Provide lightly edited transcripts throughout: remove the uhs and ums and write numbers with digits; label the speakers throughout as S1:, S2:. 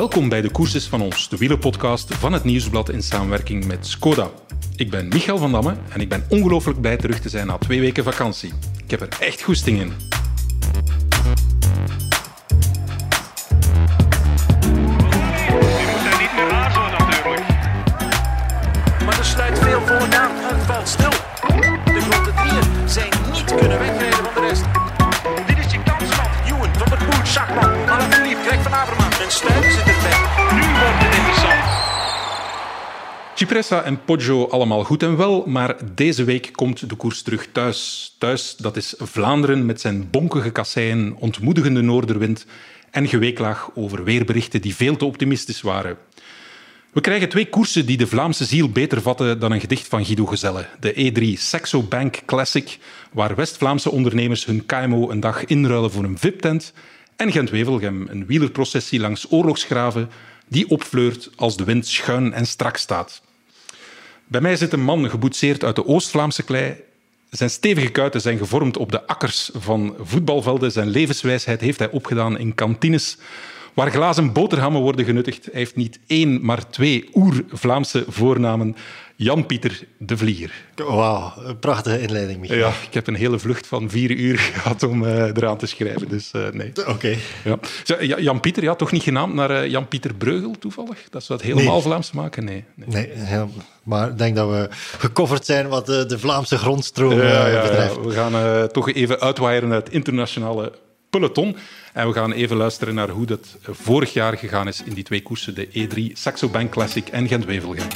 S1: Welkom bij de Koers van ons, de wielerpodcast van het Nieuwsblad in samenwerking met Skoda. Ik ben Michael van Damme en ik ben ongelooflijk blij terug te zijn na 2 weken vakantie. Ik heb er echt goesting in.
S2: Maar er sluit veel volk aan. Het valt stil. De grote drieën zijn niet kunnen wegrijden van de rest. Dit is je kansman. Ewan, Van der Poel, Schachman, Alaphilippe, Greg van Avermaet. En Stuiven zit erbij. Nu wordt het interessant.
S1: Cipressa en Poggio allemaal goed en wel, maar deze week komt de koers terug thuis. Thuis, dat is Vlaanderen met zijn bonkige kasseien, ontmoedigende noorderwind en geweeklaag over weerberichten die veel te optimistisch waren. We krijgen 2 koersen die de Vlaamse ziel beter vatten dan een gedicht van Guido Gezelle. De E3 Saxo Bank Classic, waar West-Vlaamse ondernemers hun KMO een dag inruilen voor een VIP-tent. En Gent-Wevelgem, een wielerprocessie langs oorlogsgraven die opfleurt als de wind schuin en strak staat. Bij mij zit een man geboetseerd uit de Oost-Vlaamse klei. Zijn stevige kuiten zijn gevormd op de akkers van voetbalvelden. Zijn levenswijsheid heeft hij opgedaan in kantines waar glazen boterhammen worden genuttigd. Hij heeft niet 1, maar 2 oer-Vlaamse voornamen. Jan-Pieter de Vlieger.
S3: Wauw, een prachtige inleiding, Michael.
S1: Ja, ik heb een hele vlucht van 4 uur gehad om eraan te schrijven, dus nee.
S3: Oké.
S1: Ja. Jan-Pieter, ja, toch niet genaamd naar Jan-Pieter Breugel toevallig? Dat zou het helemaal Vlaams maken? Nee.
S3: Ja, maar ik denk dat we gecoverd zijn wat de Vlaamse grondstroom betreft.
S1: Ja. We gaan toch even uitwaaieren uit het internationale peloton. En we gaan even luisteren naar hoe dat vorig jaar gegaan is in die 2 koersen. De E3 Saxo Bank Classic en Gent-Wevelgem.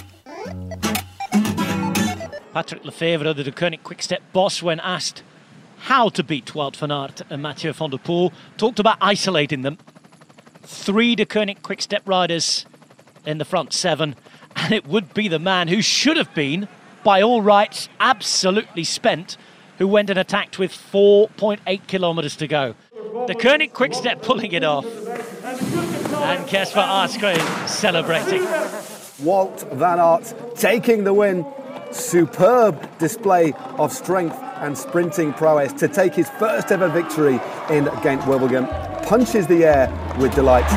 S4: Patrick Lefevre, the De Koning Quick-Step boss, when asked how to beat Wout van Aert and Mathieu van der Poel, talked about isolating them. 3 De Koning Quick-Step riders in the front 7, and it would be the man who should have been, by all rights, absolutely spent, who went and attacked with 4.8 kilometers to go. De Koning Quick-Step pulling it off, and Kasper Asgreen celebrating.
S5: Wout van Aert taking the win. Superb display of strength and sprinting prowess to take his first ever victory in Gent-Wevelgem. Punches the air with delight.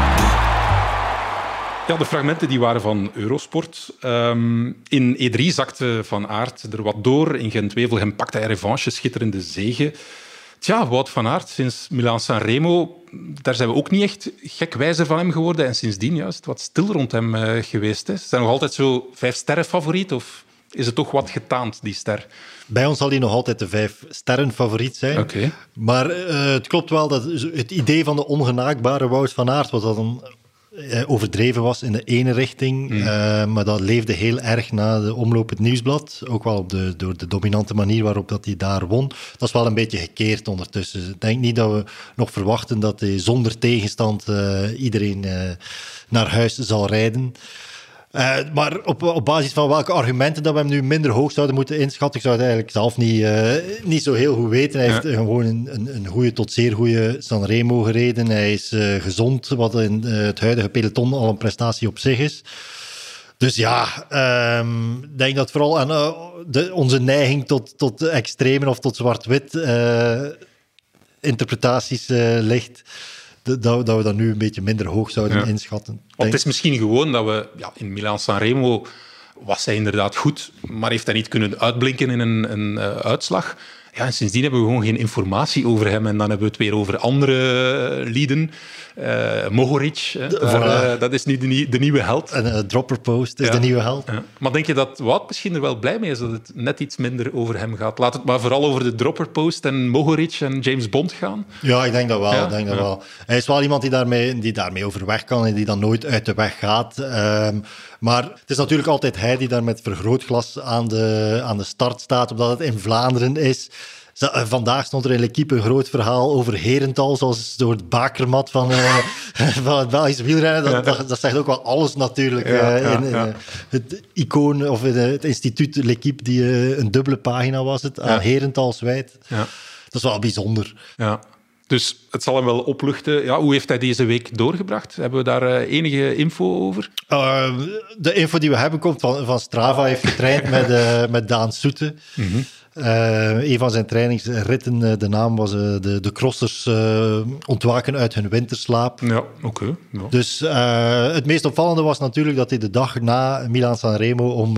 S1: Ja, de fragmenten die waren van Eurosport. In E3 zakte Van Aert er wat door. In Gent-Wevelgem pakte hij revanche, schitterende zege. Tja, Wout van Aert, sinds Milaan-San Remo, daar zijn we ook niet echt gekwijzer van hem geworden. En sindsdien juist wat stil rond hem geweest. Hè. Is hij nog altijd zo 5-sterren favoriet of is het toch wat getaand, die ster?
S3: Bij ons zal hij nog altijd de 5 sterren favoriet zijn.
S1: Okay.
S3: Maar het klopt wel dat het idee van de ongenaakbare Wout van Aert was dat een overdreven was in de ene richting, maar dat leefde heel erg na de omloop het Nieuwsblad, ook wel door de dominante manier waarop dat hij daar won. Dat is wel een beetje gekeerd ondertussen. Ik denk niet dat we nog verwachten dat hij zonder tegenstand iedereen naar huis zal rijden. Maar op basis van welke argumenten dat we hem nu minder hoog zouden moeten inschatten, ik zou het eigenlijk zelf niet zo heel goed weten. Hij heeft gewoon een goede tot zeer goede Sanremo gereden. Hij is gezond, wat in het huidige peloton al een prestatie op zich is. Dus ja, ik denk dat vooral aan onze neiging tot extremen of tot zwart-wit interpretaties ligt. Dat we dat nu een beetje minder hoog zouden inschatten.
S1: Want het is misschien gewoon dat we in Milaan-San Remo was hij inderdaad goed, maar heeft hij niet kunnen uitblinken in een uitslag. Ja, en sindsdien hebben we gewoon geen informatie over hem. En dan hebben we het weer over andere lieden. Mohoric, dat is nu de nieuwe held.
S3: En Dropper Post is de nieuwe held.
S1: Ja. Maar denk je dat Wout misschien er wel blij mee is dat het net iets minder over hem gaat? Laat het maar vooral over de Dropper Post en Mohoric en James Bond gaan.
S3: Ja, ik denk dat wel. Wel. Hij is wel iemand die daarmee overweg kan en die dan nooit uit de weg gaat. Maar het is natuurlijk altijd hij die daar met vergrootglas aan de start staat, omdat het in Vlaanderen is. Vandaag stond er in L'Équipe een groot verhaal over Herentals als door het bakermat van het Belgisch wielrennen. Dat zegt ook wel alles natuurlijk. Het icoon of het instituut L'Équipe die een dubbele pagina was het, aan Herentals wijd. Ja. Dat is wel bijzonder.
S1: Ja. Dus het zal hem wel opluchten. Ja, hoe heeft hij deze week doorgebracht? Hebben we daar enige info over?
S3: De info die we hebben komt van Strava. Hij heeft getraind met Daan Soete. Mm-hmm. Een van zijn trainingsritten, de naam was de crossers ontwaken uit hun winterslaap.
S1: Ja, oké. Ja.
S3: Dus het meest opvallende was natuurlijk dat hij de dag na Milaan-San Remo om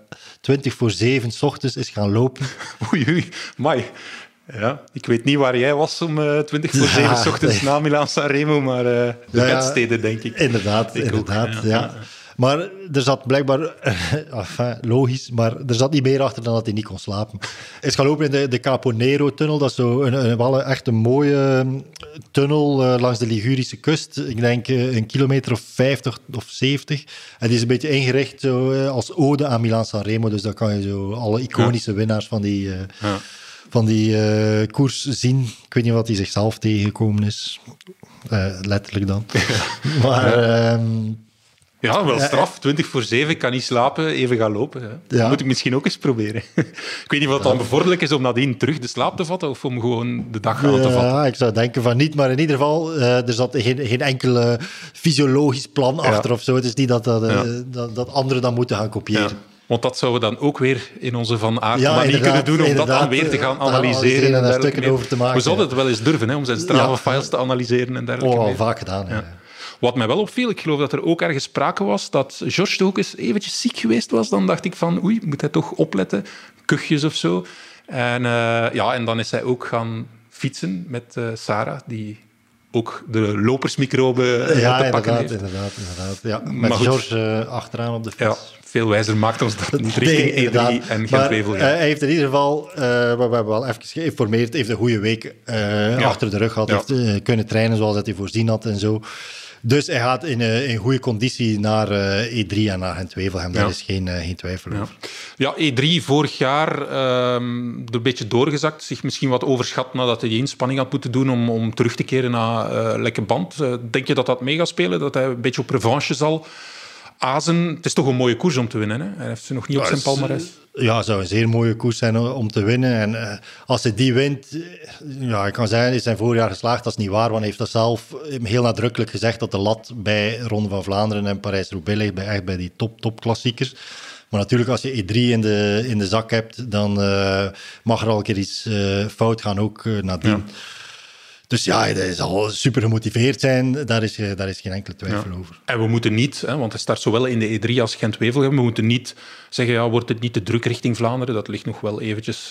S3: 7:20 's ochtends is gaan lopen.
S1: Oei, mai. Ja, ik weet niet waar jij was om 7:20 's ochtends na Milaan-San Remo, maar de bedsteden, denk ik.
S3: Inderdaad, ja. Maar er zat blijkbaar, logisch, maar er zat niet meer achter dan dat hij niet kon slapen. Hij is gaan lopen in de Capo Nero-tunnel. Dat is zo wel echt een mooie tunnel langs de Ligurische kust. Ik denk een kilometer of 50 of 70. En die is een beetje ingericht zo, als ode aan Milaan-San Remo. Dus dan kan je zo alle iconische winnaars van die koers zien. Ik weet niet wat hij zichzelf tegengekomen is. Letterlijk dan. Maar...
S1: ja, wel straf. 7:20, kan niet slapen, even gaan lopen. Hè. Dat moet ik misschien ook eens proberen. Ik weet niet wat dan bevorderlijk is om nadien terug de slaap te vatten of om gewoon de dag aan te vatten.
S3: Ja, ik zou denken van niet, maar in ieder geval, er zat geen enkele fysiologisch plan achter of zo. Het is niet dat anderen dan moeten gaan kopiëren. Ja.
S1: Want dat zouden we dan ook weer in onze Van Aert-manie kunnen doen, om dat dan weer te gaan analyseren. En daar
S3: stukken over te maken.
S1: We zouden het wel eens durven, hè, om zijn Strava-files te analyseren en dergelijke.
S3: Al vaak gedaan, ja.
S1: Wat mij wel opviel, ik geloof dat er ook ergens sprake was dat George ook eens eventjes ziek geweest was. Dan dacht ik van, oei, moet hij toch opletten? Kuchjes of zo. En dan is hij ook gaan fietsen met Sarah, die ook de lopersmicroben te pakken heeft.
S3: Inderdaad. Ja, met George achteraan op de fiets.
S1: Ja, veel wijzer maakt ons dat niet richting E3 en Gent-Wevelgem.
S3: Hij heeft in ieder geval, we hebben wel even geïnformeerd, heeft een goede week achter de rug gehad. Ja. Heeft kunnen trainen zoals hij voorzien had en zo. Dus hij gaat in goede conditie naar E3 en naar Gent-Wevelgem. Daar is geen twijfel over.
S1: Ja, E3 vorig jaar er een beetje doorgezakt. Zich misschien wat overschat nadat hij die inspanning had moeten doen om terug te keren naar lekke band. Denk je dat dat mee gaat spelen? Dat hij een beetje op revanche zal azen? Het is toch een mooie koers om te winnen, hè? Hij heeft ze nog niet op zijn palmares.
S3: Ja, het zou een zeer mooie koers zijn om te winnen. En als hij die wint, ik kan zeggen, is zijn voorjaar geslaagd. Dat is niet waar, want hij heeft dat zelf heel nadrukkelijk gezegd dat de lat bij Ronde van Vlaanderen en Parijs-Roubaix ligt, echt bij die top-klassiekers. Maar natuurlijk, als je E3 in de zak hebt, dan mag er al een keer iets fout gaan, ook nadien. Ja. Dus ja, hij zal super gemotiveerd zijn. Daar is geen enkele twijfel over.
S1: En we moeten niet, want hij start zowel in de E3 als Gent-Wevelgem, we moeten niet zeggen, wordt het niet te druk richting Vlaanderen? Dat ligt nog wel eventjes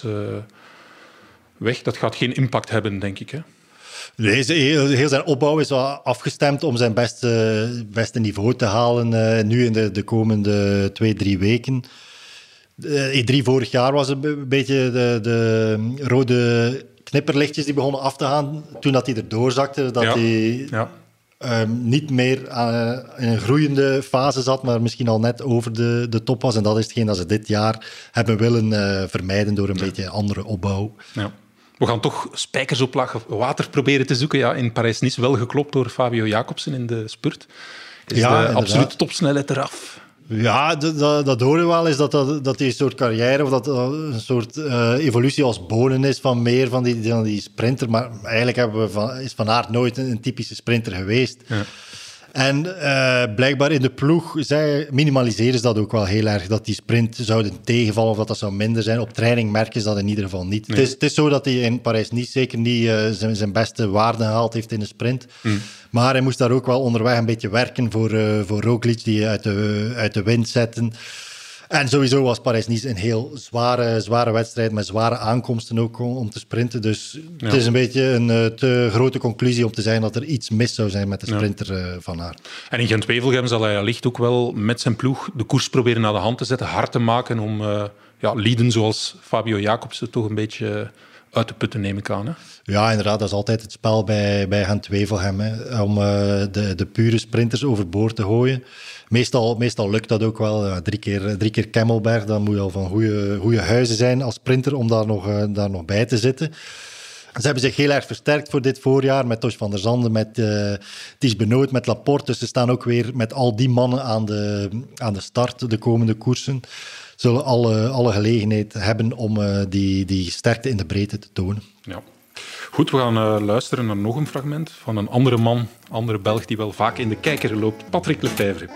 S1: weg. Dat gaat geen impact hebben, denk ik. Hè?
S3: Nee, heel zijn opbouw is wel afgestemd om zijn beste niveau te halen nu in de komende 2-3 weken. E3 vorig jaar was een beetje de rode knipperlichtjes die begonnen af te gaan toen dat hij erdoor zakte, dat hij niet meer in een groeiende fase zat, maar misschien al net over de top was. En dat is hetgeen dat ze dit jaar hebben willen vermijden door een beetje andere opbouw. Ja.
S1: We gaan toch spijkers op laag water proberen te zoeken. Ja, in Parijs-Nice wel geklopt door Fabio Jacobsen in de spurt. Is de absolute topsnelheid eraf?
S3: Ja, dat horen we wel eens, dat die soort carrière of dat een soort evolutie als Bonen is van meer van die sprinter. Maar eigenlijk is Van Aert nooit een typische sprinter geweest. Ja. En blijkbaar in de ploeg minimaliseren ze dat ook wel heel erg, dat die sprint zouden tegenvallen of dat zou minder zijn. Op training merken ze dat in ieder geval niet. Nee. Het is zo dat hij in Parijs-Nice zeker niet zijn beste waarde gehaald heeft in de sprint. Maar hij moest daar ook wel onderweg een beetje werken voor Roglic, die uit de wind zetten. En sowieso was Parijs-Nice een heel zware wedstrijd met zware aankomsten ook om te sprinten. Dus het is een beetje een te grote conclusie om te zeggen dat er iets mis zou zijn met de sprinter Van Aert.
S1: En in Gent-Wevelgem zal hij wellicht ook wel met zijn ploeg de koers proberen naar de hand te zetten, hard te maken om lieden zoals Fabio Jacobsen toch een beetje uit te putten, neem ik aan. Hè?
S3: Ja, inderdaad, dat is altijd het spel bij Gent-Wevelgem, om de pure sprinters overboord te gooien. Meestal lukt dat ook wel. 3 keer Kemmelberg, dan moet je al van goede huizen zijn als sprinter om daar nog bij te zitten. Ze hebben zich heel erg versterkt voor dit voorjaar met Tosh van der Zanden, met Ties Benoot, met Laporte. Dus ze staan ook weer met al die mannen aan de start de komende koersen. Zullen alle gelegenheid hebben om die sterkte in de breedte te tonen.
S1: Ja. Goed, we gaan luisteren naar nog een fragment van een andere man, andere Belg die wel vaak in de kijker loopt, Patrick Lefevre.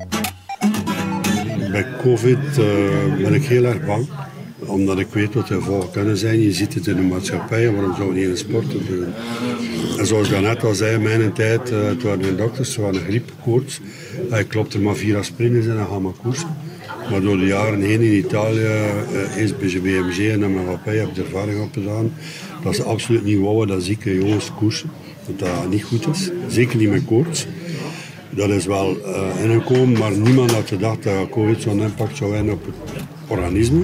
S6: Bij COVID ben ik heel erg bang, omdat ik weet wat de gevolgen kunnen zijn. Je ziet het in de maatschappij, waarom zou je niet in sport doen? En zoals ik net al zei, in mijn tijd, toen waren de dokters, toen waren griepkoorts. Ik klopte er maar 4 aspirines en dan ga maar koersen. Maar door de jaren heen in Italië, eerst bij BMG en dan MHP, heb ik de ervaring opgedaan dat ze absoluut niet wouden dat zieke jongens koersen. Dat dat niet goed is, zeker niet met koorts. Dat is wel ingekomen, maar niemand had gedacht dat COVID zo'n impact zou hebben op het organisme.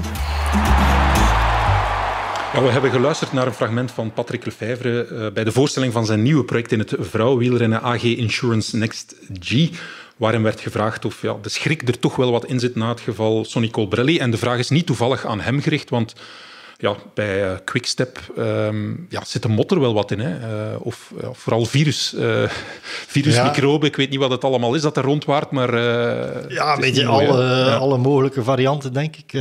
S1: Ja, we hebben geluisterd naar een fragment van Patrick Lefevre bij de voorstelling van zijn nieuwe project in het vrouwenwielrennen AG Insurance Next G, waarin werd gevraagd of de schrik er toch wel wat in zit na het geval Sonny Colbrelli. En de vraag is niet toevallig aan hem gericht, want bij Quickstep zit de mot er wel wat in. Hè? Of vooral virusmicroben. Ik weet niet wat het allemaal is dat er rondwaart, maar...
S3: een beetje alle mogelijke varianten, denk ik.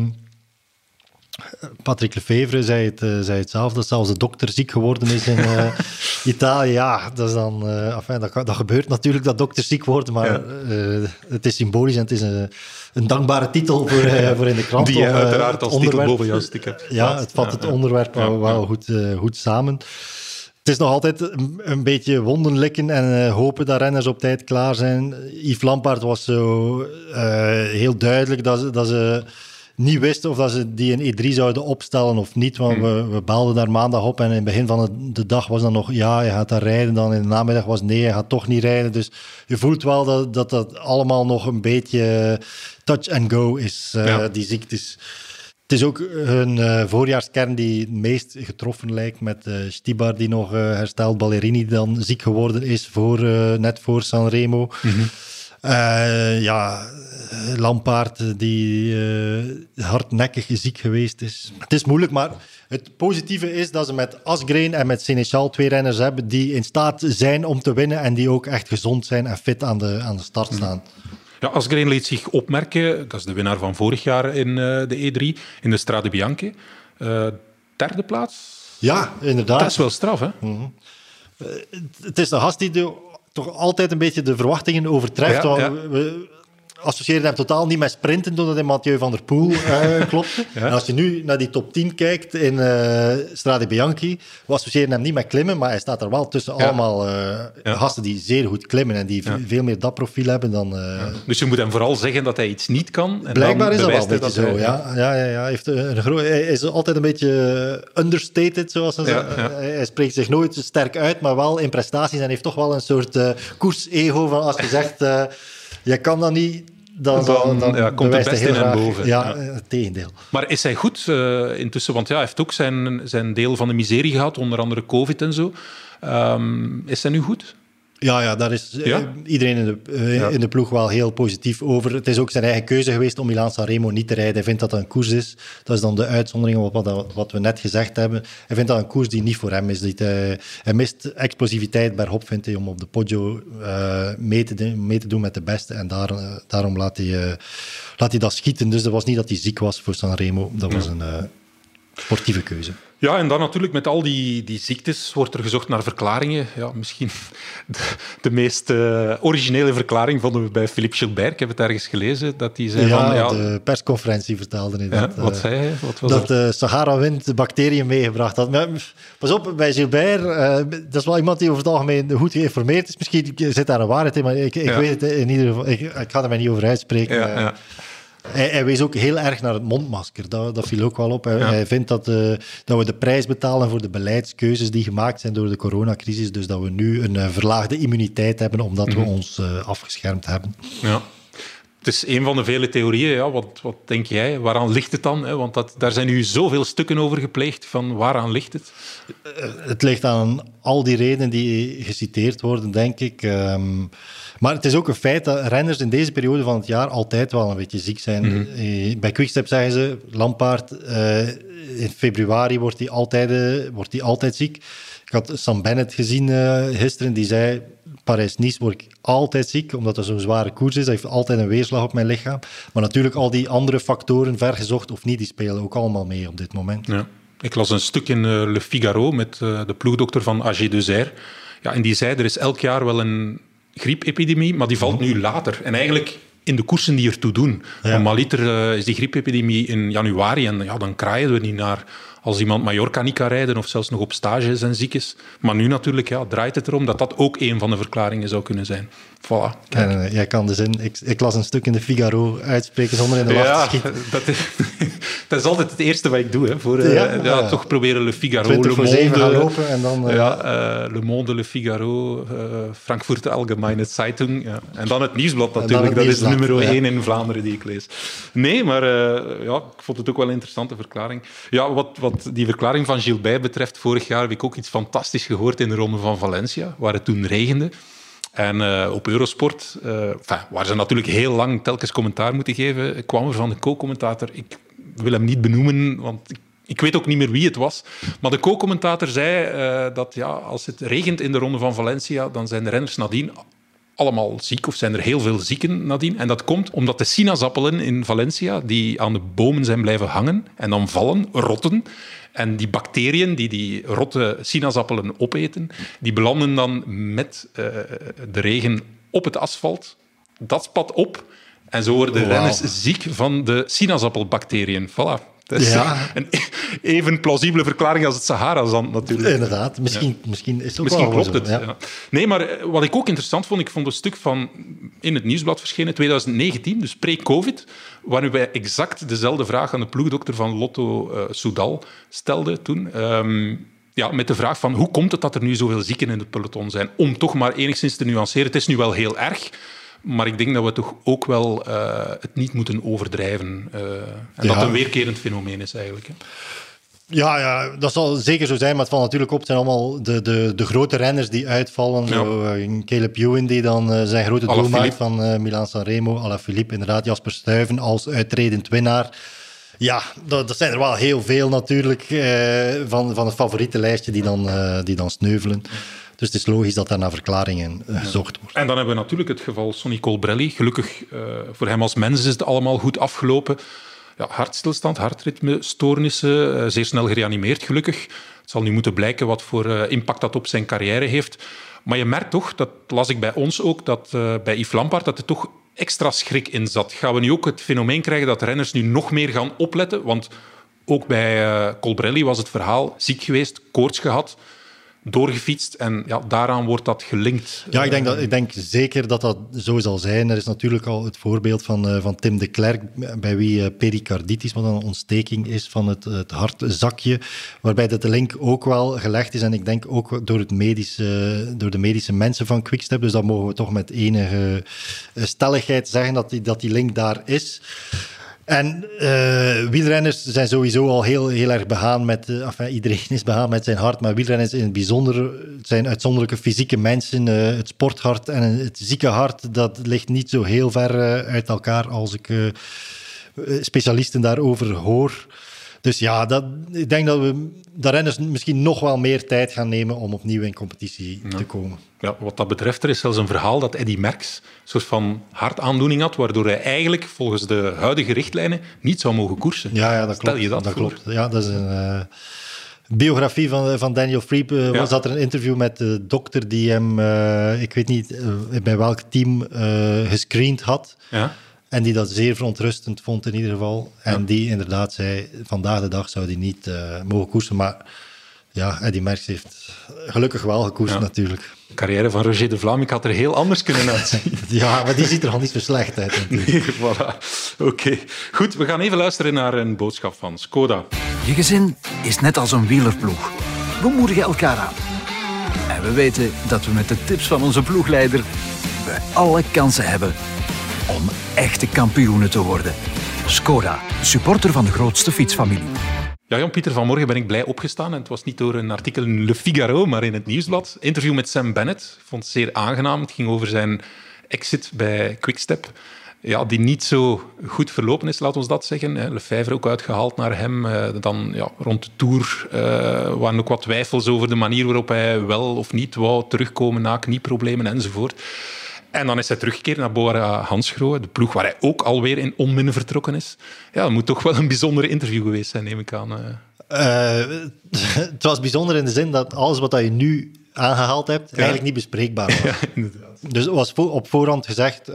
S3: Patrick Lefevre zei het zelf, dat zelfs de dokter ziek geworden is in Italië. Ja, dat is dan... dat gebeurt natuurlijk, dat dokters ziek worden, maar het is symbolisch en het is een dankbare titel voor in de krant.
S1: Die je uiteraard als titel boven jouw stick hebt.
S3: Ja, het vat het onderwerp wel goed samen. Het is nog altijd een beetje wonden likken en hopen dat renners op tijd klaar zijn. Yves Lampaert was zo heel duidelijk dat ze niet wisten of dat ze die in E3 zouden opstellen of niet. Want we baalden daar maandag op en in het begin van de dag was dan nog je gaat daar rijden. Dan in de namiddag was nee, je gaat toch niet rijden. Dus je voelt wel dat allemaal nog een beetje touch and go is, die ziektes. Het is ook hun voorjaarskern die het meest getroffen lijkt met Stibar die nog herstelt, Ballerini die dan ziek geworden is net voor Sanremo. Mm-hmm. Lampaert die hardnekkig ziek geweest is. Het is moeilijk, maar het positieve is dat ze met Asgreen en met Sénéchal 2 renners hebben die in staat zijn om te winnen en die ook echt gezond zijn en fit aan de start staan.
S1: Ja, Asgreen liet zich opmerken, dat is de winnaar van vorig jaar in de E3, in de Strade Bianche. 3e plaats.
S3: Ja, inderdaad.
S1: Dat is wel straf, hè?
S3: Mm-hmm. Het is de gast die toch altijd een beetje de verwachtingen overtreft. We associëren hem totaal niet met sprinten, toen dat in Mathieu van der Poel klopte. Ja. En als je nu naar die top 10 kijkt in Strade Bianchi, we associëren hem niet met klimmen, maar hij staat er wel tussen allemaal gasten die zeer goed klimmen en die veel meer dat profiel hebben dan...
S1: Dus je moet hem vooral zeggen dat hij iets niet kan. En
S3: blijkbaar
S1: dan
S3: is dat wel een beetje
S1: zo.
S3: Hij is altijd een beetje understated, zoals ze zeggen. Hij spreekt zich nooit sterk uit, maar wel in prestaties en heeft toch wel een soort koers-ego van als je zegt... je kan dat niet... Dan
S1: komt de beste in hem boven.
S3: Het tegendeel.
S1: Maar is hij goed intussen? Want hij heeft ook zijn deel van de miserie gehad, onder andere COVID en zo. Is hij nu goed?
S3: Ja, daar is iedereen in de ploeg wel heel positief over. Het is ook zijn eigen keuze geweest om Milaan-Sanremo niet te rijden. Hij vindt dat dat een koers is. Dat is dan de uitzondering op wat we net gezegd hebben. Hij vindt dat een koers die niet voor hem is. Hij mist explosiviteit bergop, vindt hij, om op de Poggio mee te doen met de beste. En daarom laat hij dat schieten. Dus dat was niet dat hij ziek was voor Sanremo. Dat was een sportieve keuze.
S1: Ja, en dan natuurlijk met al die ziektes wordt er gezocht naar verklaringen. Ja, misschien de meest originele verklaring vonden we bij Philippe Gilbert. Ik heb het ergens gelezen, dat hij zei
S3: de persconferentie vertelde hij dat.
S1: Wat zei hij?
S3: Dat de Sahara-wind bacteriën meegebracht had. Maar, pas op, bij Gilbert, dat is wel iemand die over het algemeen goed geïnformeerd is. Misschien zit daar een waarheid in, maar ik weet het in ieder geval. Ik ga er mij niet over uitspreken. Hij wees ook heel erg naar het mondmasker. Dat viel ook wel op. Hij vindt dat we de prijs betalen voor de beleidskeuzes die gemaakt zijn door de coronacrisis. Dus dat we nu een verlaagde immuniteit hebben omdat we ons afgeschermd hebben. Ja.
S1: Het is een van de vele theorieën. Ja. Wat denk jij? Waaraan ligt het dan? Want daar zijn nu zoveel stukken over gepleegd. Van waaraan ligt het?
S3: Het ligt aan al die redenen die geciteerd worden, denk ik. Maar het is ook een feit dat renners in deze periode van het jaar altijd wel een beetje ziek zijn. Mm-hmm. Bij Quickstep zeggen ze, Lampaert, in februari wordt hij altijd ziek. Ik had Sam Bennett gezien gisteren, die zei, Parijs-Nice word ik altijd ziek, omdat het zo'n zware koers is. Dat heeft altijd een weerslag op mijn lichaam. Maar natuurlijk al die andere factoren, vergezocht of niet, die spelen ook allemaal mee op dit moment.
S1: Ja. Ik las een stuk in Le Figaro met de ploegdokter van AG Deusair. Ja, en die zei, er is elk jaar wel een griepepidemie, maar die valt nu later. En eigenlijk in de koersen die ertoe doen.
S3: Ja.
S1: Normaliter is die griepepidemie in januari en ja, dan kraaien we niet naar als iemand Mallorca niet kan rijden of zelfs nog op stage is en ziek is. Maar nu natuurlijk draait het erom dat dat ook een van de verklaringen zou kunnen zijn. Voilà.
S3: En, jij kan de zin... Ik las een stuk in de Figaro uitspreken zonder in de wacht te schieten.
S1: Dat is altijd het eerste wat ik doe. Hè, voor toch proberen Le Figaro,
S3: 20 voor 7 gaan lopen en dan...
S1: Le Monde, Le Figaro, Frankfurter Allgemeine Zeitung. Ja. En dan het Nieuwsblad natuurlijk. Dat is nummer 1 in Vlaanderen die ik lees. Nee, maar ik vond het ook wel een interessante verklaring. Ja, wat die verklaring van Gilbert betreft, vorig jaar heb ik ook iets fantastisch gehoord in de Ronde van Valencia, waar het toen regende. En op Eurosport, waar ze natuurlijk heel lang telkens commentaar moeten geven, kwam er van de co-commentator, ik wil hem niet benoemen, want ik weet ook niet meer wie het was, maar de co-commentator zei dat als het regent in de Ronde van Valencia, dan zijn de renners nadien allemaal ziek, of zijn er heel veel zieken nadien. En dat komt omdat de sinaasappelen in Valencia, die aan de bomen zijn blijven hangen en dan vallen, rotten. En die bacteriën die rotte sinaasappelen opeten, die belanden dan met de regen op het asfalt. Dat spat op en zo worden de renners ziek van de sinaasappelbacteriën. Voilà. Dat is een even plausibele verklaring als het Sahara-zand natuurlijk.
S3: Inderdaad, misschien is het ook
S1: misschien
S3: wel
S1: klopt
S3: zo.
S1: Het. Ja. Nee, maar wat ik ook interessant vond, ik vond een stuk van in het Nieuwsblad verschenen 2019, dus pre-COVID, waarin wij exact dezelfde vraag aan de ploegdokter van Lotto Soudal stelden toen. Met de vraag van hoe komt het dat er nu zoveel zieken in het peloton zijn? Om toch maar enigszins te nuanceren. Het is nu wel heel erg, maar ik denk dat we toch ook wel het niet moeten overdrijven. En dat een weerkerend fenomeen is eigenlijk. Hè.
S3: Ja, dat zal zeker zo zijn, maar het valt natuurlijk op. Het zijn allemaal de grote renners die uitvallen. Ja. Zo, Caleb Ewan die dan zijn grote doel maakt van Milaan-San Remo. Alaphilippe, inderdaad. Jasper Stuyven als uitredend winnaar. Ja, dat zijn er wel heel veel natuurlijk van het favorietenlijstje die dan sneuvelen. Dus het is logisch dat daar naar verklaringen gezocht wordt.
S1: En dan hebben we natuurlijk het geval Sonny Colbrelli. Gelukkig voor hem als mens is het allemaal goed afgelopen. Ja, hartstilstand, hartritmestoornissen, zeer snel gereanimeerd gelukkig. Het zal nu moeten blijken wat voor impact dat op zijn carrière heeft. Maar je merkt toch, dat las ik bij ons ook, dat bij Yves Lampaert dat er toch extra schrik in zat. Gaan we nu ook het fenomeen krijgen dat renners nu nog meer gaan opletten? Want ook bij Colbrelli was het verhaal ziek geweest, koorts gehad, doorgefietst en daaraan wordt dat gelinkt.
S3: Ja, ik denk zeker dat dat zo zal zijn. Er is natuurlijk al het voorbeeld van Tim de Klerk, bij wie pericarditis, wat een ontsteking is van het hartzakje, waarbij dat de link ook wel gelegd is en ik denk ook door de medische mensen van Quickstep, dus dat mogen we toch met enige stelligheid zeggen dat die link daar is. En wielrenners zijn sowieso al heel erg begaan met... iedereen is begaan met zijn hart, maar wielrenners in het bijzonder zijn uitzonderlijke fysieke mensen. Het sporthart en het zieke hart, dat ligt niet zo heel ver uit elkaar als ik specialisten daarover hoor. Dus ja, ik denk dat renners misschien nog wel meer tijd gaan nemen om opnieuw in competitie te komen.
S1: Ja, wat dat betreft, er is zelfs een verhaal dat Eddy Merckx een soort van hartaandoening had, waardoor hij eigenlijk volgens de huidige richtlijnen niet zou mogen koersen.
S3: Ja, dat
S1: Stel
S3: klopt.
S1: je dat voor?
S3: Klopt. Ja, dat is een biografie van Daniel Friep. Was dat er een interview met de dokter die hem, ik weet niet bij welk team, gescreend had. Ja. En die dat zeer verontrustend vond in ieder geval. En die inderdaad zei, vandaag de dag zou die niet mogen koersen. Maar ja, Eddy Merckx heeft gelukkig wel gekoerst natuurlijk.
S1: De carrière van Roger de Vlaming had er heel anders kunnen uitzien.
S3: Ja, maar die ziet er al niet zo slecht uit.
S1: Nee, voilà. Oké. Goed, we gaan even luisteren naar een boodschap van Skoda.
S7: Je gezin is net als een wielerploeg. We moedigen elkaar aan. En we weten dat we met de tips van onze ploegleider we alle kansen hebben om echte kampioenen te worden. Skoda, supporter van de grootste fietsfamilie.
S1: Ja, Jan-Pieter, vanmorgen ben ik blij opgestaan. En het was niet door een artikel in Le Figaro, maar in het Nieuwsblad. Interview met Sam Bennett. Ik vond het zeer aangenaam. Het ging over zijn exit bij Quickstep. Ja, die niet zo goed verlopen is, laat ons dat zeggen. Lefevre ook uitgehaald naar hem. Dan rond de Tour waren ook wat twijfels over de manier waarop hij wel of niet wou terugkomen na knieproblemen enzovoort. En dan is hij teruggekeerd naar Bora-Hansgrohe, de ploeg waar hij ook alweer in onmin vertrokken is. Ja, dat moet toch wel een bijzonder interview geweest zijn, neem ik aan.
S3: Het was bijzonder in de zin dat alles wat je nu aangehaald hebt, eigenlijk niet bespreekbaar was.
S1: Ja, inderdaad.
S3: Dus het was op voorhand gezegd,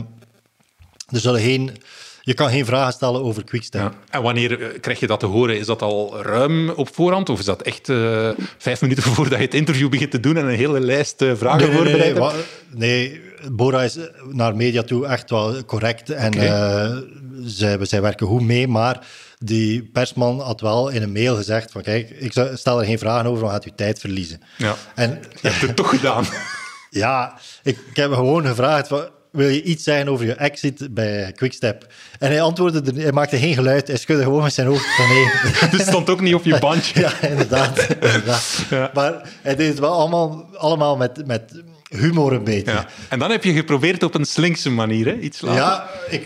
S3: je kan geen vragen stellen over Quickstep.
S1: Ja. En wanneer krijg je dat te horen? Is dat al ruim op voorhand? Of is dat echt 5 minuten voordat je het interview begint te doen en een hele lijst vragen voorbereid hebt?
S3: Nee, Bora is naar media toe echt wel correct. En zij werken goed mee, maar die persman had wel in een mail gezegd van kijk, ik stel er geen vragen over, want gaat u tijd verliezen.
S1: Ja.
S3: En
S1: je hebt het toch gedaan.
S3: Ja, ik heb hem gewoon gevraagd van, wil je iets zeggen over je exit bij Quickstep? En hij antwoordde, hij maakte geen geluid, hij schudde gewoon met zijn hoofd van nee.
S1: Dus het stond ook niet op je bandje.
S3: Ja, inderdaad. Ja. Maar hij deed het wel allemaal met humor een beetje.
S1: Ja. En dan heb je geprobeerd op een slinkse manier, hè? Iets later.
S3: Ja,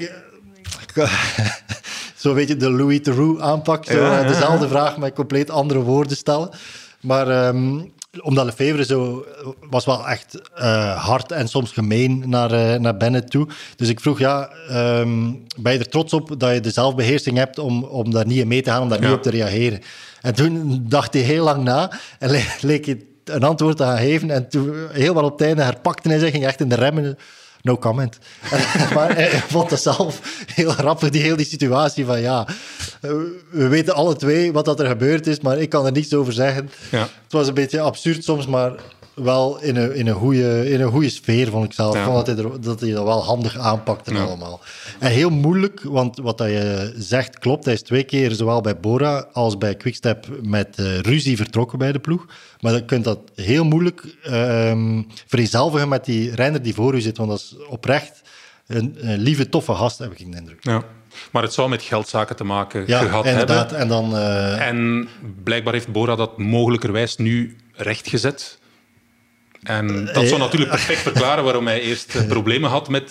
S3: zo weet je, de Louis Theroux aanpak. Dezelfde vraag met compleet andere woorden stellen. Maar omdat Lefevre zo was wel echt hard en soms gemeen naar Bennett toe. Dus ik vroeg, ben je er trots op dat je de zelfbeheersing hebt om daar niet in mee te gaan, om daar niet op te reageren? En toen dacht hij heel lang na en leek hij een antwoord te gaan geven. En toen, heel wat op het einde, herpakte hij zich, ging echt in de remmen. No comment. Maar hij vond dat zelf heel grappig, die situatie van we weten alle twee wat dat er gebeurd is, maar ik kan er niets over zeggen. Ja. Het was een beetje absurd soms, maar wel in een goede sfeer, vond ik zelf. Ja. Ik vond dat hij dat wel handig aanpakte allemaal. En heel moeilijk, want wat dat je zegt klopt. Hij is 2 keer, zowel bij Bora als bij Quickstep, met ruzie vertrokken bij de ploeg. Maar je kunt dat heel moeilijk vereenzelvigen met die renner die voor u zit, want dat is oprecht een lieve, toffe gast, heb ik de indruk.
S1: Ja. Maar het zou met geldzaken te maken
S3: gehad inderdaad.
S1: hebben. En blijkbaar heeft Bora dat mogelijkerwijs nu rechtgezet. En dat zou natuurlijk perfect verklaren waarom hij eerst problemen had met...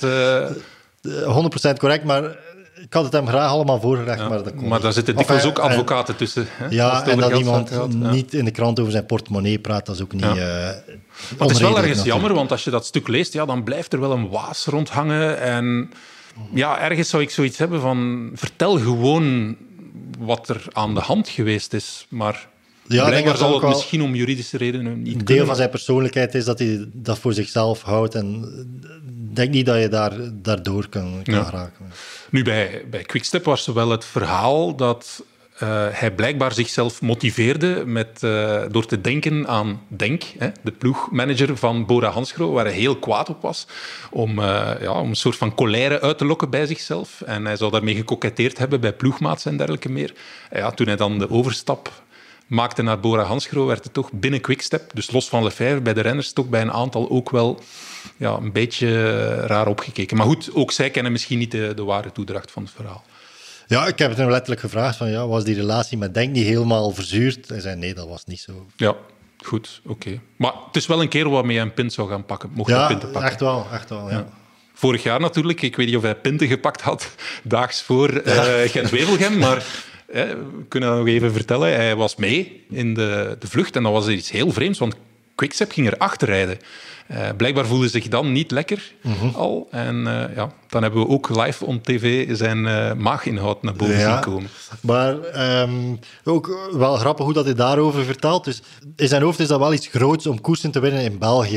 S3: 100% correct, maar ik had het hem graag allemaal voorgelegd.
S1: Maar daar zitten dikwijls ook advocaten tussen. Hè?
S3: Ja, en dat iemand niet in de krant over zijn portemonnee praat, dat is ook niet...
S1: Maar het is wel ergens jammer, want als je dat stuk leest, dan blijft er wel een waas rondhangen. En ergens zou ik zoiets hebben van... Vertel gewoon wat er aan de hand geweest is, maar... Ja, blijkbaar zal het misschien om juridische redenen niet
S3: een deel van zijn persoonlijkheid is dat hij dat voor zichzelf houdt. En ik denk niet dat je daardoor kan raken.
S1: Nu, bij Quickstep was er wel het verhaal dat hij blijkbaar zichzelf motiveerde door te denken aan Denk, de ploegmanager van Bora Hansgrohe, waar hij heel kwaad op was, om een soort van colère uit te lokken bij zichzelf. En hij zou daarmee gekoketteerd hebben bij ploegmaats en dergelijke meer. Toen hij dan de overstap maakte naar Bora Hansgrohe, werd het toch binnen Quickstep, dus los van Lefevre, bij de renners toch bij een aantal ook wel een beetje raar opgekeken. Maar goed, ook zij kennen misschien niet de ware toedracht van het verhaal.
S3: Ja, ik heb het hem letterlijk gevraagd van, was die relatie met Denk niet helemaal verzuurd? Hij zei, nee, dat was niet zo.
S1: Ja, goed, oké. Maar het is wel een kerel waarmee hij een pint zou gaan pakken, mocht hij pinten pakken.
S3: Echt wel, ja.
S1: Vorig jaar natuurlijk, ik weet niet of hij pinten gepakt had, daags voor Gent-Wevelgem, maar... we kunnen dat nog even vertellen. Hij was mee in de vlucht en dat was iets heel vreemds, want Quickstep ging er achter rijden. Blijkbaar voelde zich dan niet lekker al. En dan hebben we ook live op tv zijn maaginhoud naar boven zien komen.
S3: Maar ook wel grappig hoe dat hij daarover vertelt. Dus in zijn hoofd is dat wel iets groots om koersen te winnen in België.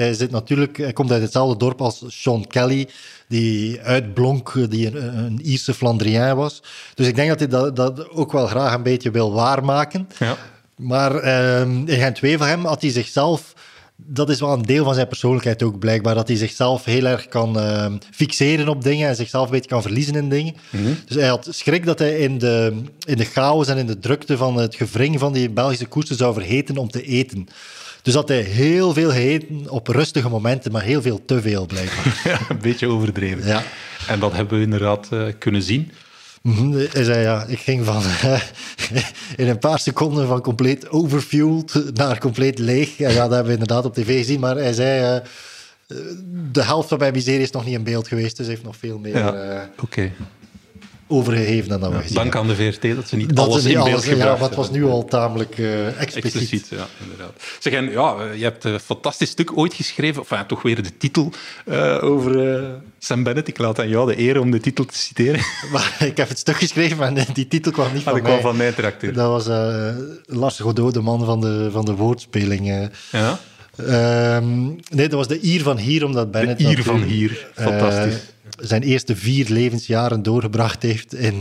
S3: Hij komt uit hetzelfde dorp als Sean Kelly, die uitblonk, die een Ierse Flandrien was. Dus ik denk dat hij dat ook wel graag een beetje wil waarmaken. Ja. Maar in Gent-Wevelgem had hij zichzelf... Dat is wel een deel van zijn persoonlijkheid ook blijkbaar, dat hij zichzelf heel erg kan fixeren op dingen en zichzelf een beetje kan verliezen in dingen. Mm-hmm. Dus hij had schrik dat hij in de chaos en in de drukte van het gewring van die Belgische koersen zou vergeten om te eten. Dus had hij heel veel gegeten op rustige momenten, maar heel veel te veel blijkbaar.
S1: Ja, een beetje overdreven. Ja. En dat hebben we inderdaad kunnen zien.
S3: Hij zei, ik ging van in een paar seconden van compleet overfueled naar compleet leeg. En dat hebben we inderdaad op tv gezien. Maar hij zei, de helft van mijn miserie is nog niet in beeld geweest, dus hij heeft nog veel meer...
S1: Oké.
S3: overgegeven dan dat we gezien
S1: Dank
S3: hebben.
S1: aan de VRT dat ze niet alles in beeld gebracht
S3: Ja,
S1: hebben.
S3: maar het was nu al tamelijk expliciet.
S1: Ja, inderdaad. Zeg, en je hebt een fantastisch stuk ooit geschreven, enfin, toch weer de titel over Sam Bennett. Ik laat aan jou de eer om de titel te citeren.
S3: Maar ik heb het stuk geschreven, maar die titel kwam niet van
S1: Dat
S3: mij.
S1: kwam van mij tracteer.
S3: Dat was Lars Godot, de man van de woordspeling.
S1: Ja?
S3: Nee, dat was de Ier van hier, omdat Bennett...
S1: De Ier van hier, fantastisch.
S3: Zijn eerste 4 levensjaren doorgebracht heeft in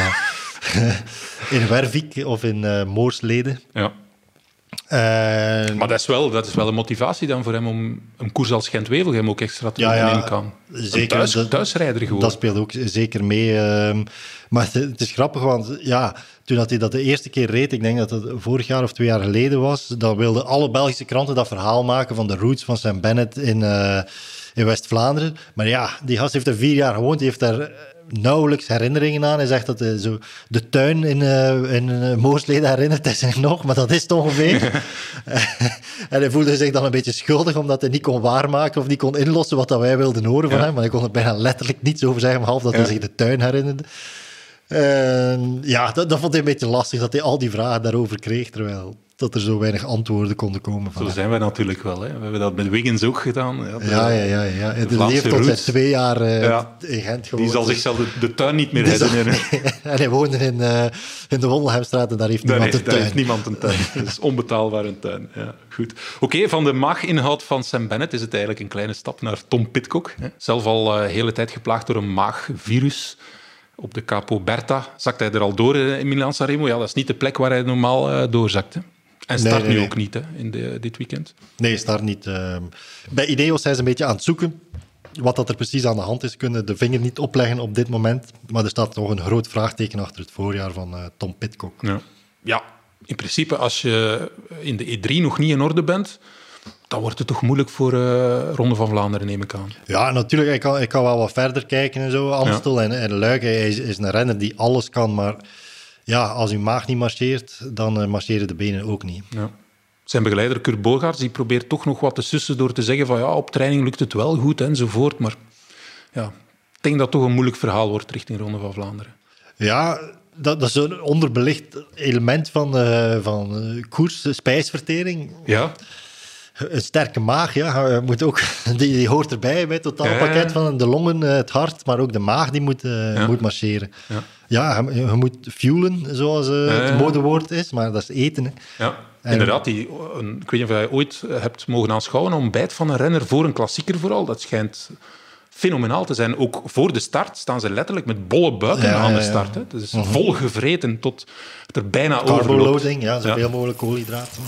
S3: Wervik of in Moorsleden.
S1: Ja. Maar dat is wel een motivatie dan voor hem om een koers als Gent-Wevelgem ook extra te nemen kan.
S3: Zeker.
S1: Een thuisrijder gewoon.
S3: Dat speelt ook zeker mee. Maar het is grappig, want toen hij dat de eerste keer reed, ik denk dat het vorig jaar of 2 jaar geleden was, dan wilden alle Belgische kranten dat verhaal maken van de roots van Sam Bennett in West-Vlaanderen. Maar die gast heeft er 4 jaar gewoond, die heeft daar nauwelijks herinneringen aan. Hij zegt dat zo de tuin in Moorsleden herinnert hij zich nog, maar dat is het ongeveer. En hij voelde zich dan een beetje schuldig, omdat hij niet kon waarmaken of niet kon inlossen wat dat wij wilden horen van hem. Maar hij kon er bijna letterlijk niets over zeggen, behalve dat hij zich de tuin herinnerde. Dat vond hij een beetje lastig, dat hij al die vragen daarover kreeg, terwijl dat er zo weinig antwoorden konden komen van
S1: Zo zijn wij natuurlijk wel. Hè. We hebben dat met Wiggins ook gedaan.
S3: Ja. Die heeft tot zijn 2 jaar in Gent gewoond.
S1: Die zal zichzelf de tuin niet meer herinneren.
S3: En hij woonde in de Wondelhemstraat en daar heeft niemand een tuin.
S1: Daar heeft niemand een tuin. Dat is onbetaalbaar een tuin. Ja, goed. Oké, van de maaginhoud van Sam Bennett is het eigenlijk een kleine stap naar Tom Pidcock. Hè. Zelf al hele tijd geplaagd door een maagvirus. Op de Capo Berta zakt hij er al door in Milaan-Sanremo. Ja, dat is niet de plek waar hij normaal doorzakt. Hè. En start nu ook niet hè, in dit weekend.
S3: Nee, start niet. Bij Ineos zijn ze een beetje aan het zoeken. Wat dat er precies aan de hand is, kunnen de vinger niet opleggen op dit moment. Maar er staat nog een groot vraagteken achter het voorjaar van Tom Pidcock.
S1: Ja, in principe, als je in de E3 nog niet in orde bent, dan wordt het toch moeilijk voor Ronde van Vlaanderen, neem ik aan.
S3: Ja, natuurlijk. Ik kan wel wat verder kijken en zo. Amstel en Luik. Hij is een renner die alles kan, maar ja, als uw maag niet marcheert, dan marcheren de benen ook niet.
S1: Ja. Zijn begeleider Kurt Bogaerts, die probeert toch nog wat te sussen door te zeggen van op training lukt het wel goed enzovoort. Maar ja, ik denk dat het toch een moeilijk verhaal wordt richting Ronde van Vlaanderen.
S3: Ja, dat is een onderbelicht element van koers, spijsvertering.
S1: Ja.
S3: Een sterke maag, moet ook, die hoort erbij bij het totaalpakket van de longen, het hart, maar ook de maag die moet marcheren. Ja, je moet fuelen, zoals het modewoord is, maar dat is eten. Hè.
S1: Ja, inderdaad. Ik weet niet of jij ooit hebt mogen aanschouwen een ontbijt van een renner voor een klassieker vooral. Dat schijnt fenomenaal te zijn. Ook voor de start staan ze letterlijk met bolle buiken aan de start. Hè. Het is vol gevreten tot het er bijna overloopt.
S3: Carboloading, zoveel mogelijk koolhydraten.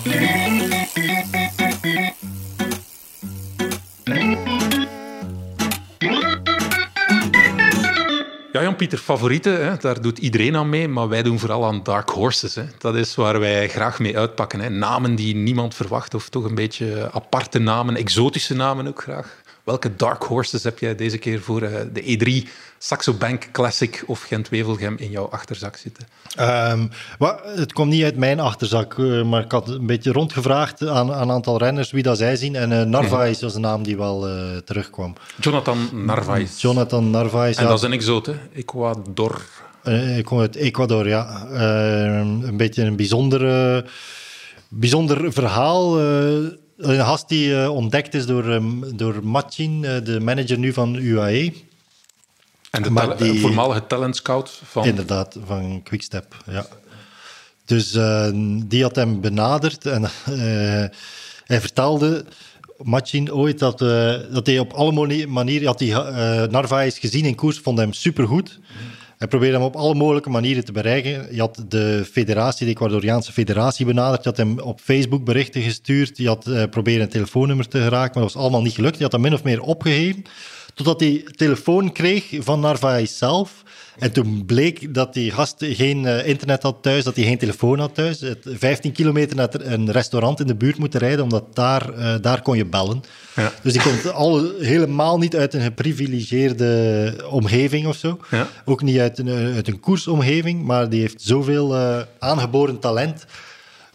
S1: Ja, Jan-Pieter, favorieten, hè? Daar doet iedereen aan mee, maar wij doen vooral aan dark horses. Hè? Dat is waar wij graag mee uitpakken. Hè? Namen die niemand verwacht, of toch een beetje aparte namen, exotische namen ook graag. Welke dark horses heb jij deze keer voor de E3 Saxo Bank Classic of Gent-Wevelgem in jouw achterzak zitten?
S3: Het komt niet uit mijn achterzak, maar ik had een beetje rondgevraagd aan een aantal renners wie dat zij zien. En Narvaez was een naam die wel terugkwam.
S1: Jonathan Narvaez.
S3: En
S1: dat is een exoot, hè? Ecuador.
S3: Ik kom uit Ecuador, ja. Een beetje een bijzonder verhaal. Een gast die ontdekt is door Machin, de manager nu van UAE.
S1: En de voormalige talentscout van...
S3: Inderdaad, van Quickstep, ja. Dus die had hem benaderd en hij vertelde Machin ooit dat hij op alle manieren... had Narvaez gezien in koers, vond hem supergoed. Hij probeerde hem op alle mogelijke manieren te bereiken. Je had de Ecuadoriaanse federatie benaderd. Je had hem op Facebook berichten gestuurd. Je had proberen een telefoonnummer te geraken, maar dat was allemaal niet gelukt. Je had hem min of meer opgegeven. Totdat hij telefoon kreeg van Narvaez zelf. En toen bleek dat die gast geen internet had thuis, dat hij geen telefoon had thuis. 15 kilometer naar een restaurant in de buurt moeten rijden, omdat daar kon je bellen. Ja. Dus die komt helemaal niet uit een geprivilegeerde omgeving of zo. Ja. Ook niet uit een koersomgeving, maar die heeft zoveel aangeboren talent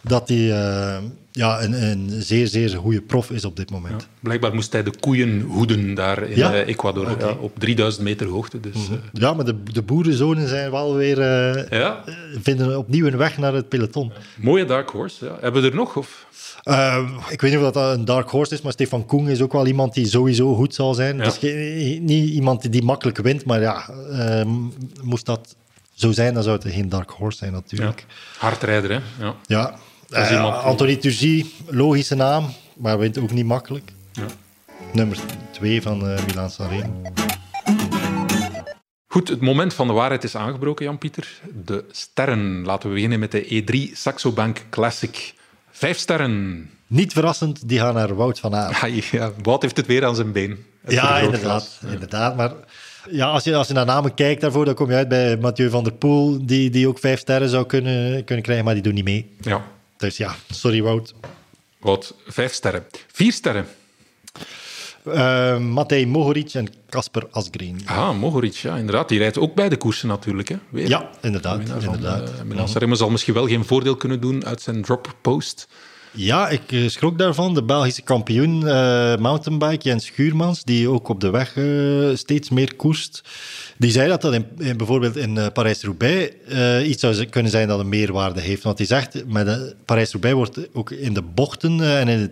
S3: dat hij een zeer, zeer goede prof is op dit moment.
S1: Ja, blijkbaar moest hij de koeien hoeden daar in Ecuador, op 3000 meter hoogte. Dus,
S3: Ja, maar de boerenzonen zijn wel weer... vinden opnieuw een weg naar het peloton.
S1: Ja. Mooie dark horse. Ja. Hebben we er nog? Of?
S3: Ik weet niet of dat een dark horse is, maar Stefan Koen is ook wel iemand die sowieso goed zal zijn. Ja. Dus niet iemand die makkelijk wint, maar moest dat zo zijn, dan zou het geen dark horse zijn natuurlijk.
S1: Ja. Hardrijder, hè? Ja.
S3: Anthony Turgis, logische naam, maar wint ook niet makkelijk. Ja. Nummer 2 van Milaan-San Remo.
S1: Goed, het moment van de waarheid is aangebroken, Jan-Pieter. De sterren. Laten we beginnen met de E3 Saxo Bank Classic. 5 sterren.
S3: Niet verrassend, die gaan naar Wout van Aert.
S1: Ja, Wout heeft het weer aan zijn been.
S3: Ja, inderdaad. Maar ja, als je naar namen kijkt daarvoor, dan kom je uit bij Mathieu van der Poel, die ook 5 sterren zou kunnen krijgen, maar die doen niet mee.
S1: Ja.
S3: Dus ja, sorry Wout.
S1: Wout, 5 sterren. 4 sterren.
S3: Matej Mohoric en Kasper Asgreen.
S1: Mohoric, ja, inderdaad. Die rijdt ook bij de koersen natuurlijk. Hè? Weer.
S3: Ja, inderdaad.
S1: Milaan-San Remo zal misschien wel geen voordeel kunnen doen uit zijn drop-post.
S3: Ja, ik schrok daarvan. De Belgische kampioen mountainbike, Jens Schuurmans, die ook op de weg steeds meer koerst, die zei dat bijvoorbeeld in Parijs-Roubaix iets zou kunnen zijn dat een meerwaarde heeft. Want hij zegt, met Parijs-Roubaix wordt ook in de bochten en in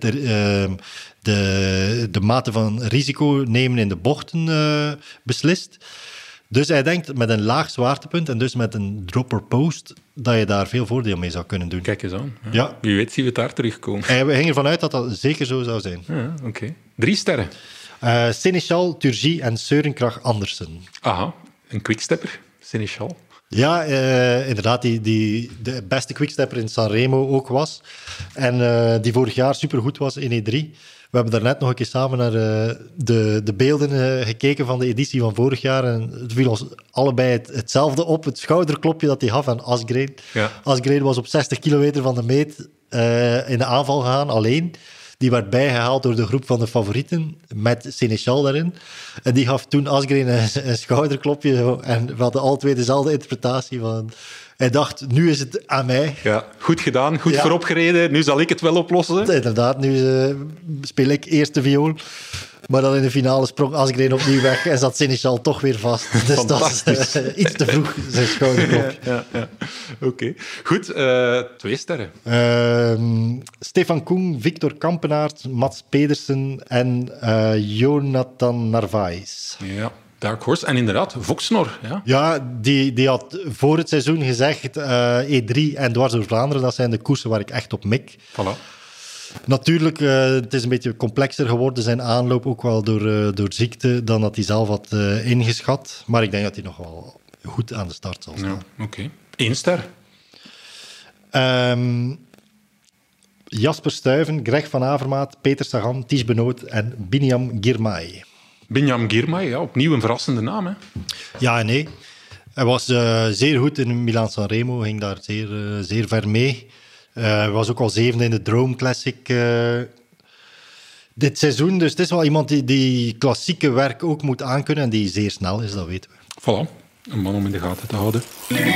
S3: de mate van risico nemen in de bochten beslist. Dus hij denkt met een laag zwaartepunt en dus met een dropper post dat je daar veel voordeel mee zou kunnen doen.
S1: Kijk eens aan. Ja. Wie weet zien we daar terugkomen.
S3: En we gingen ervan uit dat dat zeker zo zou zijn.
S1: Ja, oké. 3 sterren.
S3: Sénéchal, Turgis en Sørenkrag Andersen.
S1: Aha, een quickstepper, Sénéchal.
S3: Ja, inderdaad, die de beste quickstepper in Sanremo ook was. En die vorig jaar supergoed was in E3. We hebben daarnet nog een keer samen naar de beelden gekeken van de editie van vorig jaar. En het viel ons allebei hetzelfde op. Het schouderklopje dat hij gaf aan Asgreen. Ja. Asgreen was op 60 kilometer van de meet in de aanval gegaan, alleen. Die werd bijgehaald door de groep van de favorieten, met Sénéchal daarin. En die gaf toen Asgreen een schouderklopje. En we hadden alle twee dezelfde interpretatie van... Hij dacht, nu is het aan mij.
S1: Ja, goed gedaan, goed voorop gereden. Nu zal ik het wel oplossen.
S3: Inderdaad, nu speel ik eerst de viool. Maar dan in de finale sprong Asgreen opnieuw weg en zat Sénéchal toch weer vast. Dus dat is iets te vroeg, zijn schouderklop.
S1: Ja. Oké. Goed, 2 sterren.
S3: Stefan Koen, Victor Kampenaert, Mats Pedersen en Jonathan Narvaez.
S1: Ja. Dark Horse. En inderdaad, Voxnor.
S3: Ja, die had voor het seizoen gezegd E3 en dwars door Vlaanderen, dat zijn de koersen waar ik echt op mik.
S1: Voilà.
S3: Natuurlijk, het is een beetje complexer geworden, zijn aanloop, ook wel door ziekte, dan dat hij zelf had ingeschat. Maar ik denk dat hij nog wel goed aan de start zal staan.
S1: Ja, oké. 1 ster.
S3: Jasper Stuyven, Greg van Avermaat, Peter Sagan, Ties Benoot en Biniam Girmay.
S1: Biniam Girmay, ja, opnieuw een verrassende naam. Hè?
S3: Ja en nee. Hij was zeer goed in Milaan-San Remo, ging daar zeer ver mee. Hij was ook al 7e in de Drome Classic dit seizoen. Dus het is wel iemand die klassieke werk ook moet aankunnen en die zeer snel is, dat weten we.
S1: Voilà, een man om in de gaten te houden.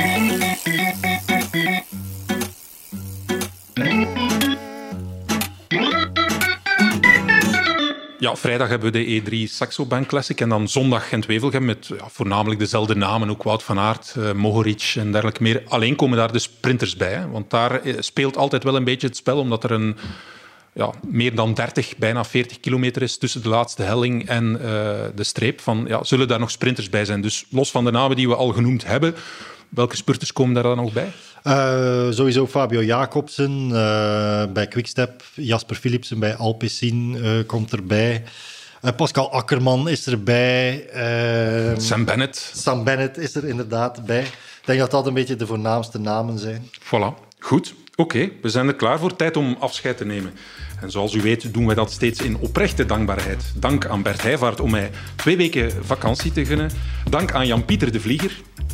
S1: Ja, vrijdag hebben we de E3 Saxo Bank Classic en dan zondag Gent-Wevelgem met voornamelijk dezelfde namen, ook Wout van Aert, Mohoric en dergelijke meer. Alleen komen daar de sprinters bij, hè? Want daar speelt altijd wel een beetje het spel, omdat er meer dan 30, bijna 40 kilometer is tussen de laatste helling en de streep. Zullen daar nog sprinters bij zijn? Dus los van de namen die we al genoemd hebben, welke spurters komen daar dan nog bij?
S3: Sowieso Fabio Jacobsen bij Quickstep, Jasper Philipsen bij Alpecin komt erbij. Pascal Akkerman is erbij.
S1: Sam Bennett
S3: is er inderdaad bij. Ik denk dat dat een beetje de voornaamste namen zijn.
S1: Voilà, goed. Oké, we zijn er klaar voor. Tijd om afscheid te nemen. En zoals u weet doen wij dat steeds in oprechte dankbaarheid. Dank aan Bert Heijvaart om mij 2 weken vakantie te gunnen. Dank aan Jan-Pieter de Vlieger.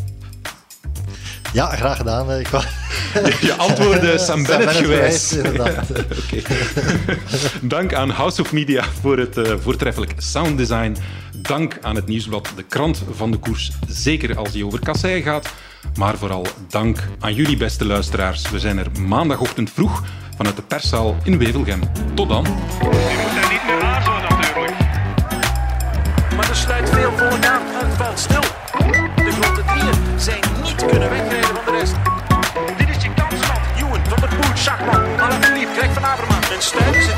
S3: Ja, graag gedaan.
S1: Je antwoordde Sam Bennett gewijs.
S3: Inderdaad.
S1: Ja, okay. Dank aan House of Media voor het voortreffelijk sounddesign. Dank aan het Nieuwsblad, de krant van de koers, zeker als die over kasseien gaat. Maar vooral dank aan jullie beste luisteraars. We zijn er maandagochtend vroeg vanuit de perszaal in Wevelgem. Tot dan.
S2: Je moet daar niet meer aarzelen natuurlijk. Maar er sluit veel volk aan. Het valt stil. De grote drieën zijn niet kunnen wegrijden van de rest. Dit is je kans, man. Ewan, Van der Poel, Schachman, Alaphilippe, Greg van Avermaet. En Stuy is